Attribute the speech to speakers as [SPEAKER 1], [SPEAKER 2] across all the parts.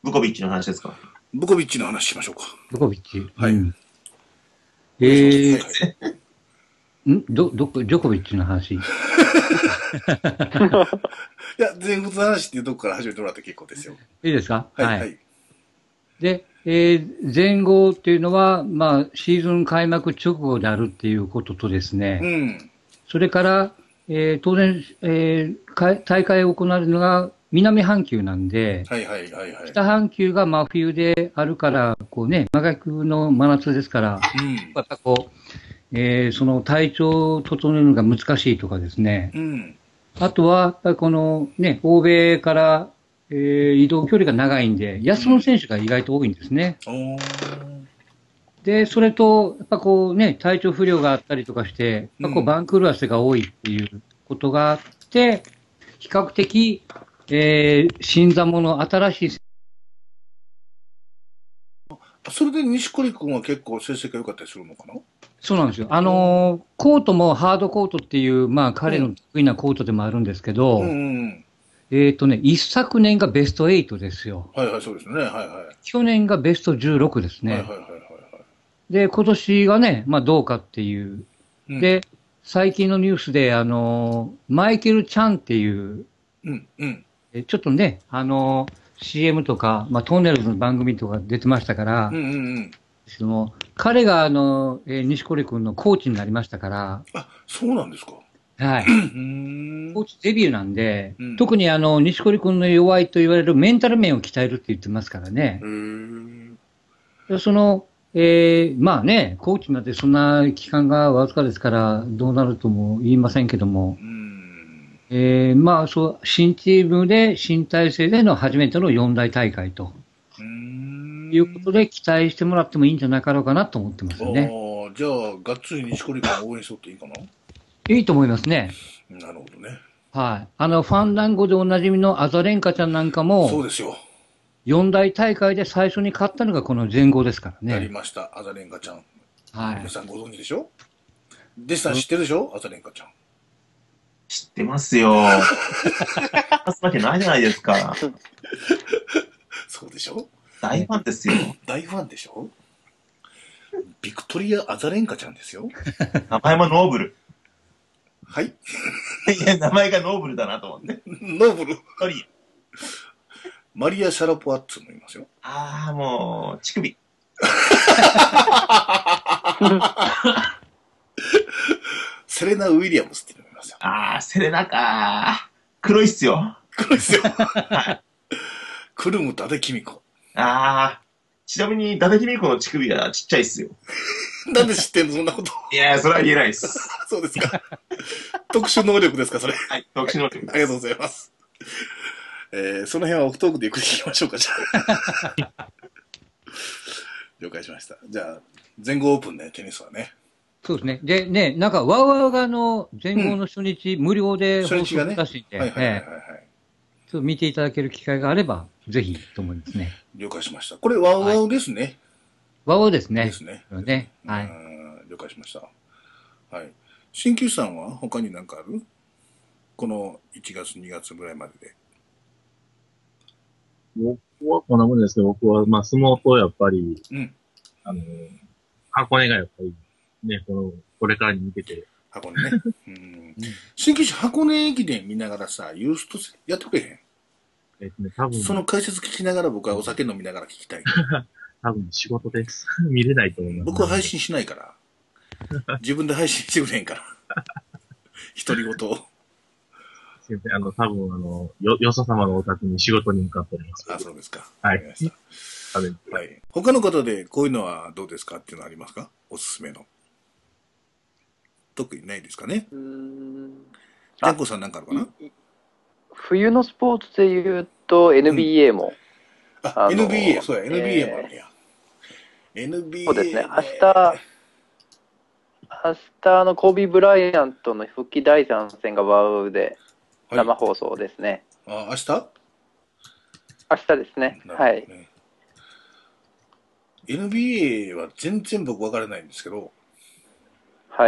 [SPEAKER 1] ブコビッチの話ですか？
[SPEAKER 2] ブコビッチの話しましょうか。
[SPEAKER 3] ブコビッチ。
[SPEAKER 2] はい。
[SPEAKER 3] うん、
[SPEAKER 2] はいはい
[SPEAKER 3] ジョコビッチの話。い
[SPEAKER 2] や、全仏の話っていうとこから始めてもらって結構ですよ。
[SPEAKER 3] いですか？
[SPEAKER 2] はい、はい。
[SPEAKER 3] で、前後っていうのは、まあ、シーズン開幕直後であるっていうこととですね、
[SPEAKER 2] うん。
[SPEAKER 3] それから、当然、大会を行われるのが南半球なんで、
[SPEAKER 2] はいはいはいはい。
[SPEAKER 3] 北半球が真冬であるから、こうね、真逆の真夏ですから、
[SPEAKER 2] うん。
[SPEAKER 3] やっぱこう、その体調を整えるのが難しいとかですね、
[SPEAKER 2] うん。
[SPEAKER 3] あとは、やっぱりこのね、欧米から、移動距離が長いんで、休む選手が意外と多いんですね。
[SPEAKER 2] おー。
[SPEAKER 3] で、それと、やっぱこうね、体調不良があったりとかして、やっぱこう
[SPEAKER 2] うん。
[SPEAKER 3] 番狂わせが多いっていうことがあって、比較的、新参者、新しい、
[SPEAKER 2] それで錦織君は結構成績が良かったりするのかな？
[SPEAKER 3] そうなんですよ。
[SPEAKER 2] おー。
[SPEAKER 3] コートもハードコートっていう、まあ彼の
[SPEAKER 2] うん。
[SPEAKER 3] 得意なコートでもあるんですけ
[SPEAKER 2] うんう
[SPEAKER 3] ど、
[SPEAKER 2] んうん。
[SPEAKER 3] 一昨年がベスト8ですよ。
[SPEAKER 2] はいはい、そうですね。はいはい。
[SPEAKER 3] 去年がベスト16ですね。
[SPEAKER 2] はいはいはいはいはい。
[SPEAKER 3] で、今年がね、まあどうかっていう。
[SPEAKER 2] うん。
[SPEAKER 3] で、最近のニュースで、マイケル・チャンっていう、
[SPEAKER 2] うんうん。
[SPEAKER 3] ちょっとね、CM とか、まあトンネルズの番組とか出てましたから、
[SPEAKER 2] うんうんうん。
[SPEAKER 3] 彼が錦織君のコーチになりましたから、
[SPEAKER 2] あ、そうなんですか。
[SPEAKER 3] はい。
[SPEAKER 2] うーん。
[SPEAKER 3] コーチデビューなんで、
[SPEAKER 2] うん。
[SPEAKER 3] 特に錦織君の弱いと言われるメンタル面を鍛えるって言ってますからね。
[SPEAKER 2] へー。
[SPEAKER 3] でまあね、コーチになってそんな期間がわずかですから、どうなるとも言いませんけども、
[SPEAKER 2] うーん。
[SPEAKER 3] まあそう、新チームで、新体制での初めての四大大会と
[SPEAKER 2] うーん。
[SPEAKER 3] いうことで、期待してもらってもいいんじゃなかろうかなと思ってます
[SPEAKER 2] あ
[SPEAKER 3] よね。
[SPEAKER 2] あ、じゃあ、がっつり錦織君を応援しとっていいかな？
[SPEAKER 3] いいと思いますね。
[SPEAKER 2] なるほどね。
[SPEAKER 3] はい。ファンダンゴでおなじみのアザレンカちゃんなんかも、
[SPEAKER 2] そうですよ。
[SPEAKER 3] 四大大会で最初に勝ったのがこの全豪ですから
[SPEAKER 2] やり
[SPEAKER 3] ね。
[SPEAKER 2] ました。アザレンカちゃん。
[SPEAKER 3] はい。
[SPEAKER 2] 皆さんご存知でしょ？弟子さん知ってるでしょ？アザレンカちゃん。
[SPEAKER 1] 知ってますよ。話すわけないじゃないですか。
[SPEAKER 2] そうでしょ？
[SPEAKER 1] 大ファンですよ。
[SPEAKER 2] 大ファンでしょ？ビクトリア・アザレンカちゃんですよ。
[SPEAKER 1] 名前もノーブル。
[SPEAKER 2] はい。
[SPEAKER 1] いや、名前がノーブルだなと思って。
[SPEAKER 2] ノーブル。
[SPEAKER 1] トリ
[SPEAKER 2] マリア・シャラポワッツもいますよ。
[SPEAKER 1] ああ、もう、乳首。
[SPEAKER 2] セレナ・ウィリアムスっていうのもいますよ。
[SPEAKER 1] ああ、セレナか。黒いっすよ。
[SPEAKER 2] これですよ。クルム・ダデキミコ。
[SPEAKER 1] ああ、ちなみに、伊達公子の乳首はちっちゃいっすよ。
[SPEAKER 2] なんで知ってんのそんなこと。
[SPEAKER 1] いやー、それは言えないっす。
[SPEAKER 2] そうですか。特殊能力ですかそれ。
[SPEAKER 1] はい、特殊能力です。
[SPEAKER 2] ありがとうございます。その辺はオフトークでゆっくり聞きましょうか、じゃあ。了解しました。じゃあ、全豪オープンね、テニスはね。
[SPEAKER 3] そうですね。でね、なんか、ワウワウが全豪の初日、無料で放送
[SPEAKER 2] 初日がね。
[SPEAKER 3] らしいんで、
[SPEAKER 2] はいはいはいはい、はい。
[SPEAKER 3] ちょっと見ていただける機会があれば、ぜひと思いますね。
[SPEAKER 2] 了解しました。これ、ワウワウですね。
[SPEAKER 3] ワウワウですね。
[SPEAKER 2] ですね。
[SPEAKER 3] ね。はい。
[SPEAKER 2] 了解しました。はい。鍼灸師さんは他に何かある？この1月、2月ぐらいまでで。
[SPEAKER 4] 僕はこんなもんですけど、僕は、まあ、相撲とやっぱり、
[SPEAKER 2] うん。
[SPEAKER 4] あの、箱根がやっぱり、ね、これからに向けて。
[SPEAKER 2] 箱根ね。鍼灸師箱根駅伝見ながらさ、ユーストやってくれへん？
[SPEAKER 4] 多分。
[SPEAKER 2] その解説聞きながら僕はお酒飲みながら聞きたい。
[SPEAKER 4] 多分仕事です。見れないと思います。
[SPEAKER 2] 僕は配信しないから。自分で配信してくれへんから。独り言を。
[SPEAKER 4] すいません、多分、よそ様のお宅に仕事に向かっております。
[SPEAKER 2] あ、そうですか。
[SPEAKER 4] はい。
[SPEAKER 2] はい。他の方でこういうのはどうですかっていうのはありますか？おすすめの。特にないですかね。ジャンコさんなんかあるかな？
[SPEAKER 5] 冬のスポーツで言うと NBA も。
[SPEAKER 2] NBA、そうや、NBA もあるや。NBA。
[SPEAKER 5] そうですね、明日のコービー・ブライアントの復帰第3戦がワウで生放送ですね。
[SPEAKER 2] あ、明日
[SPEAKER 5] ですね。はい。
[SPEAKER 2] NBA は全然僕分からないんですけど。
[SPEAKER 5] はい。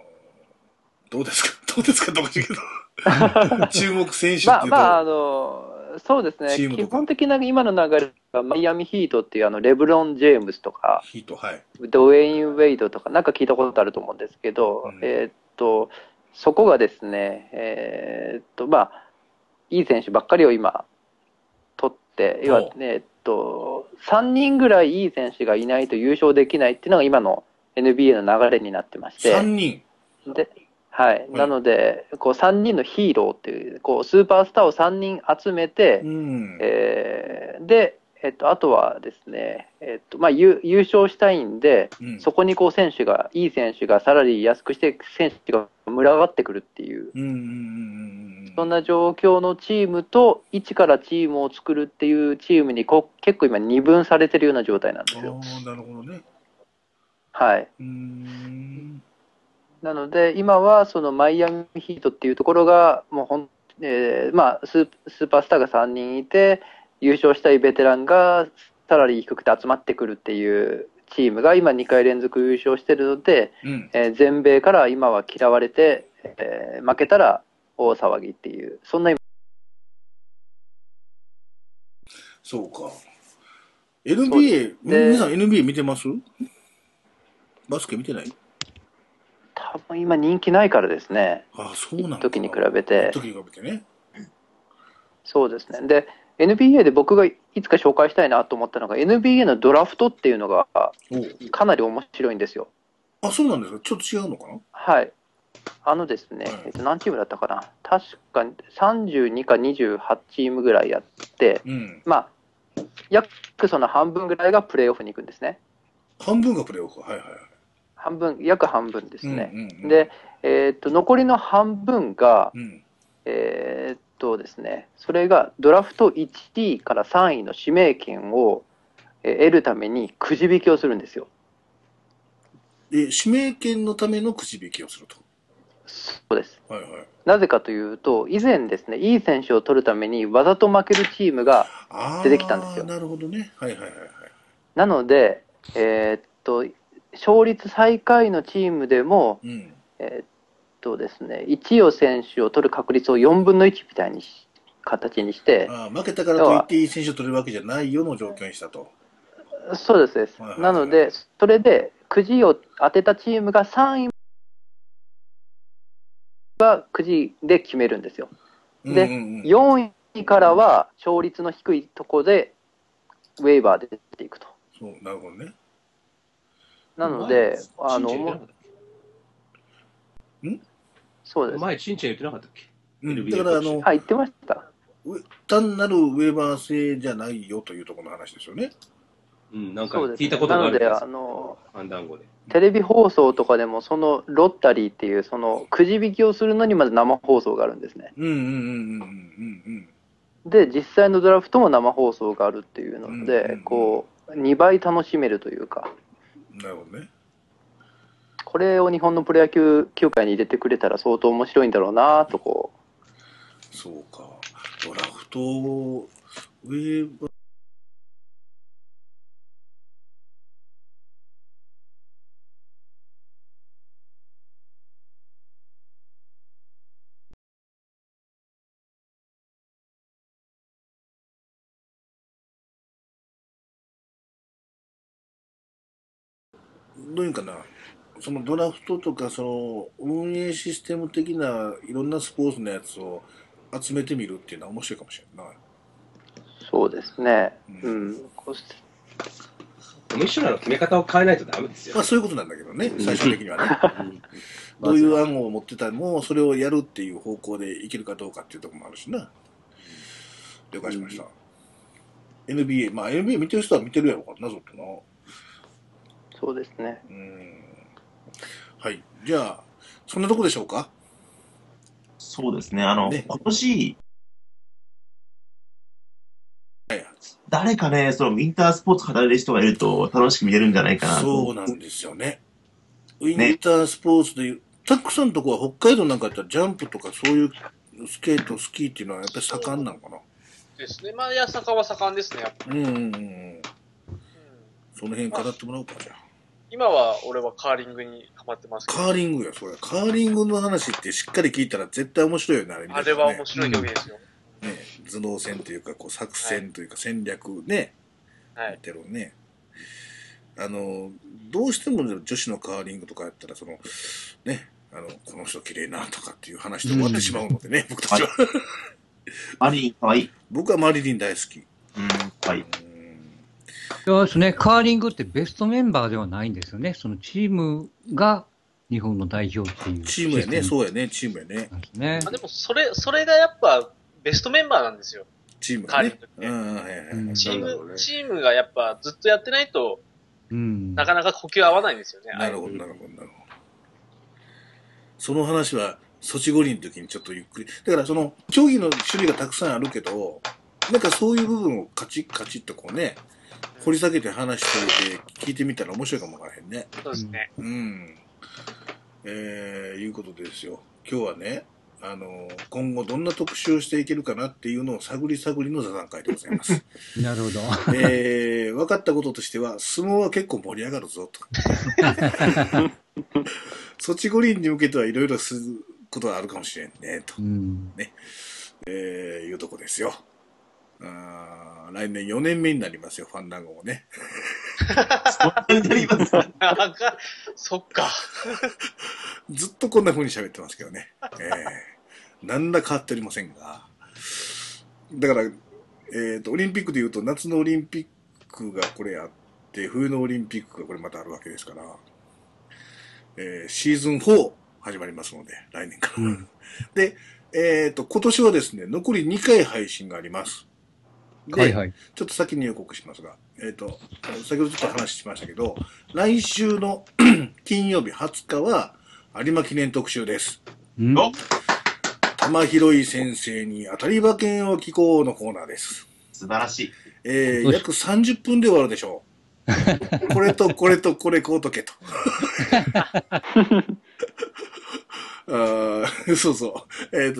[SPEAKER 2] どうですかどうかしいけど。注目選手っていうと。
[SPEAKER 5] そうですね。
[SPEAKER 2] チームとか
[SPEAKER 5] 基本的な今の流れは、マイアミヒートっていうレブロン・ジェームスとか、
[SPEAKER 2] ヒート、はい。
[SPEAKER 5] ドウェイン・ウェイドとか、なんか聞いたことあると思うんですけど、
[SPEAKER 2] うん
[SPEAKER 5] そこがですね、まあ、いい選手ばっかりを今、取って、要はね、3人ぐらいいい選手がいないと優勝できないっていうのが今の NBA の流れになってまし
[SPEAKER 2] 3
[SPEAKER 5] て、
[SPEAKER 2] 人。
[SPEAKER 5] で、はい。なので、こう3人のヒーローっていう、こうスーパースターを3人集めて、
[SPEAKER 2] うん。
[SPEAKER 5] で、あとはですね、まあ、優勝したいんで、
[SPEAKER 2] うん
[SPEAKER 5] そこにこういい選手がサラリー安くして選手が群がってくるっていう、
[SPEAKER 2] うんうんうんうん。
[SPEAKER 5] そんな状況のチームと、一からチームを作るっていうチームに結構今二分されてるような状態なんですよ。
[SPEAKER 2] ああ、なるほどね。
[SPEAKER 5] はい。なので、今はそのマイアミヒートっていうところが、もうまあ、スーパースターが3人いて、優勝したいベテランがサラリー低くて集まってくるっていうチームが今2回連続優勝してるので、全米から今は嫌われて、負けたら大騒ぎっていう、そんな今。
[SPEAKER 2] そうか。NBA、皆さん NBA 見てます？バスケ見てない？
[SPEAKER 5] 多分今人気ないからですね。
[SPEAKER 2] ああ、そうなのかな。
[SPEAKER 5] 時に比べて。
[SPEAKER 2] 時に比べてね。
[SPEAKER 5] そうですね。で、NBA で僕がいつか紹介したいなと思ったのが、NBA のドラフトっていうのがかなり面白いんですよ。
[SPEAKER 2] あ、そうなんですか。ちょっと違うのかな。
[SPEAKER 5] はい。ですね、何チームだったかな。確か32か28チームぐらいやって、まあ、約その半分ぐらいがプレーオフに行くんですね。
[SPEAKER 2] 半分がプレーオフ。はいはい。
[SPEAKER 5] 約半分ですね。で、残りの半分が、ですね、それがドラフト1位から3位の指名権を得るためにくじ引きをするんですよ。
[SPEAKER 2] 指名権のためのくじ引きをすると。
[SPEAKER 5] そうです。
[SPEAKER 2] はいはい。
[SPEAKER 5] なぜかというと、以前ですね、いい選手を取るためにわざと負けるチームが出てきたんですよ。
[SPEAKER 2] なるほどね。はいはいはいはい。
[SPEAKER 5] なので、勝率最下位のチームでも、ですね、1位を選手を取る確率を4分の1みたいに形にして、
[SPEAKER 2] 負けたからといっていい選手を取れるわけじゃないよの状況にしたと。
[SPEAKER 5] そうです。なので、それでくじを当てたチームが3位がくじで決めるんですよ。で、4位からは勝率の低いところでウェイバーで出ていくと。
[SPEAKER 2] そう、なるほどね。
[SPEAKER 5] なので、そうです。
[SPEAKER 6] 前、チンチェン言ってなかったっけ？
[SPEAKER 2] だから
[SPEAKER 5] 言ってました。
[SPEAKER 2] 単なるウェーバー制じゃないよというところの話ですよね。
[SPEAKER 6] なんか聞いたことがあるんです。
[SPEAKER 5] なので、テレビ放送とかでも、そのロッタリーっていう、そのくじ引きをするのにまず生放送があるんですね。で、実際のドラフトも生放送があるっていうので、こう、2倍楽しめるというか。
[SPEAKER 2] なるほどね。
[SPEAKER 5] これを日本のプロ野球協会に入れてくれたら相当面白いんだろうなとこう。
[SPEAKER 2] そうか。ドラフト、ウェーバー。どういうかな。そのドラフトとか、その運営システム的ないろんなスポーツのやつを集めてみるっていうのは面白いかもしれない。
[SPEAKER 5] そうですね。
[SPEAKER 6] でも一緒なの決め方を変えないとダメですよ。
[SPEAKER 2] まあそういうことなんだけどね、最終的にはね。どういう案を持ってたらもそれをやるっていう方向でいけるかどうかっていうところもあるしな。了解しました。NBA、まあ NBA 見てる人は見てるやろうからな、ぞってな。
[SPEAKER 5] そうですね。
[SPEAKER 2] はい。じゃあ、そんなとこでしょうか？
[SPEAKER 1] そうですね。今年、誰かね、そのウィンタースポーツ語れる人がいると楽しく見れるんじゃないかなと。
[SPEAKER 2] そうなんですよね。ウィンタースポーツでいう、タックさんのとこは北海道なんかやったらジャンプとかそういうスケート、スキーっていうのはやっぱり盛んなのかな？
[SPEAKER 7] ですね。まあ、八坂は盛んですね、やっぱり。
[SPEAKER 2] その辺語ってもらおうか、じゃあ。
[SPEAKER 7] 今は俺はカーリングにハマってますけど。
[SPEAKER 2] カーリングや、それ。カーリングの話ってしっかり聞いたら絶対面白いよね、あれ。
[SPEAKER 7] あれは面白い競技ですよ。
[SPEAKER 2] 頭脳戦というか、こう作戦というか戦略ね、
[SPEAKER 7] はい。
[SPEAKER 2] やってるね。どうしても女子のカーリングとかやったら、ね、この人綺麗なとかっていう話で終わってしまうのでね、僕たちは。
[SPEAKER 1] マリリンかわいい。
[SPEAKER 2] 僕はマリリン大好き。
[SPEAKER 1] はい。
[SPEAKER 3] そうですね、カーリングってベストメンバーではないんですよね。そのチームが日本の代表っていう。
[SPEAKER 2] チームやね、そうやね、チームやね。
[SPEAKER 3] ね。
[SPEAKER 7] でも、それがやっぱ、ベストメンバーなんですよ。
[SPEAKER 2] チーム
[SPEAKER 7] カーリン
[SPEAKER 2] ね。
[SPEAKER 7] グって。チームがやっぱずっとやってないと、なかなか呼吸合わないんですよね。
[SPEAKER 2] なるほど。その話は、ソチ五輪の時にちょっとゆっくり。だから競技の種類がたくさんあるけど、なんかそういう部分をカチッカチッとこうね、掘り下げて話しておいて聞いてみたら面白いかもわからへんね。
[SPEAKER 7] そうですね。
[SPEAKER 2] いうことですよ。今日はね、今後どんな特集をしていけるかなっていうのを探りの座談会でございます。
[SPEAKER 3] なるほど。
[SPEAKER 2] 分かったこととしては、相撲は結構盛り上がるぞと。ソチ五輪に向けてはいろいろすることはあるかもしれんね、と。ね。いうとこですよ。来年4年目になりますよ、ファンダンゴもね。
[SPEAKER 7] そっか。
[SPEAKER 2] ずっとこんな風に喋ってますけどね。何ら変わっておりませんが。だから、オリンピックで言うと、夏のオリンピックがこれあって、冬のオリンピックがこれまたあるわけですから、シーズン4始まりますので、来年から。で、今年はですね、残り2回配信があります。で、ちょっと先に予告しますが、先ほどちょっと話しましたけど、来週の金曜日20日は、有馬記念特集です。玉広先生に当たり馬券を聞こうのコーナーです。
[SPEAKER 1] 素晴らしい。
[SPEAKER 2] 約30分で終わるでしょう。これとこれとこれこうとけと。そうそう。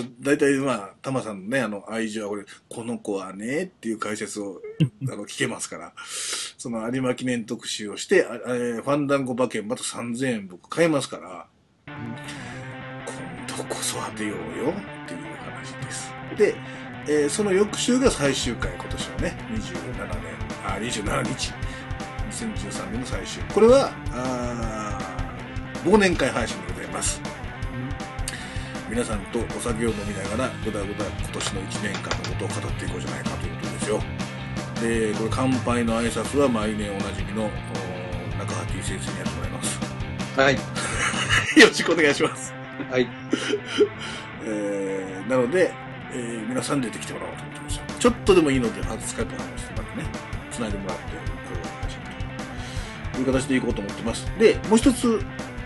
[SPEAKER 2] 大体タマさんのね、愛情はこの子はね、っていう解説を、聞けますから、その有馬記念特集をして、ファンダンゴ馬券また3000円僕買えますから、今度こそ当てようよ、っていう話です。で、その翌週が最終回、今年はね、27日、2013年の最終。これは、忘年会配信でございます。皆さんとお酒を飲みながらぐだぐだ今年の1年間のことを語っていこうじゃないかということですよ。で、これ乾杯の挨拶は毎年おなじみの中畑先生にやってもらいます。
[SPEAKER 6] はい。
[SPEAKER 2] よろしくお願いします。
[SPEAKER 6] はい。
[SPEAKER 2] なので、皆さん出てきてもらおうと思ってますよ。ちょっとでもいいので初スカイプの話してもらってね、繋いでもらってこれを配信という形でいこうと思ってます。で、もう一つ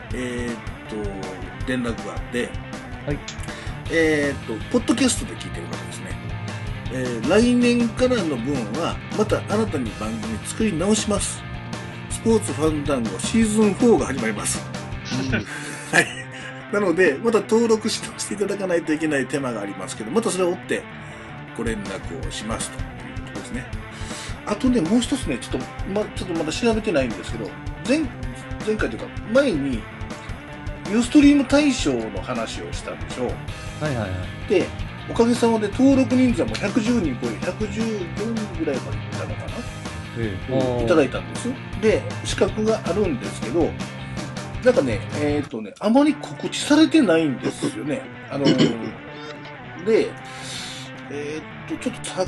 [SPEAKER 2] 連絡があって。はい。ポッドキャストで聞いてる方ですね。来年からの分は、また新たに番組作り直します。スポーツファンダンゴシーズン4が始まります。はい。なので、また登録していただかないといけない手間がありますけど、またそれを追ってご連絡をしますということですね。あとね、もう一つね、ちょっとまだ調べてないんですけど、前回というか、前に、ユーストリーム大賞の話をしたんでしょう。
[SPEAKER 3] はいはいはい。
[SPEAKER 2] で、おかげさまで登録人数はもう110人超え、114人ぐらいまでいったのかな、いただいたんです。で、資格があるんですけど、なんかね、あまり告知されてないんですよね。で、ちょっとさっき、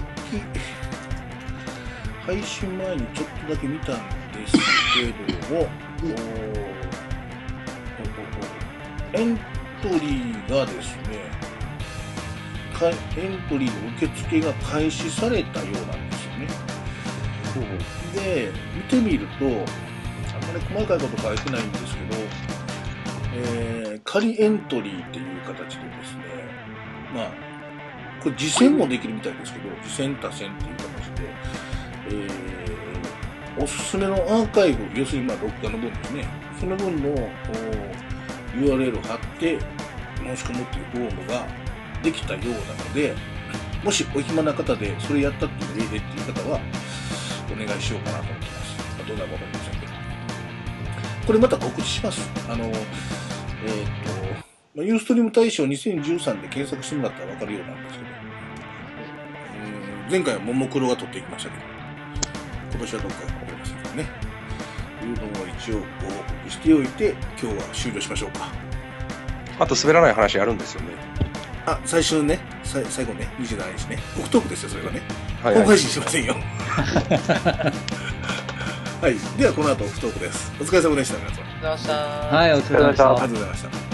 [SPEAKER 2] 配信前にちょっとだけ見たんですけども、エントリーがですね、エントリーの受付が開始されたようなんですよね。で、見てみると、あんまり細かいこと書いてないんですけど、仮エントリーっていう形でですね、これ次戦もできるみたいですけど、次戦他戦っていう形で、おすすめのアーカイブ、要するに録画の分ですね、その分のURL を貼って申し込むっていうフォームができたようなので、もしお暇な方でそれやったっていう例でっていう方はお願いしようかなと思ってます。どうなるかわかりませんけど。これまた告知します。ユーストリーム大賞2013で検索してもらったらわかるようなんですけど、 前回はももクロが取っていきましたけど、今年はどうかわかりませんからね。というのを一応ご報告しておいて、今日は終了しましょうか。
[SPEAKER 8] あと滑らない話あるんですよね。
[SPEAKER 2] あ、最終ね、最後ね、27日ね。オフトークですよ、それはね。
[SPEAKER 8] はいはい、
[SPEAKER 2] 本配信しませんよ。はい。では、この後オフトークです。お疲れ様でした、皆さん。
[SPEAKER 7] お疲れ様でした。
[SPEAKER 3] はい、お疲れ様でした。
[SPEAKER 2] ありがとうございました。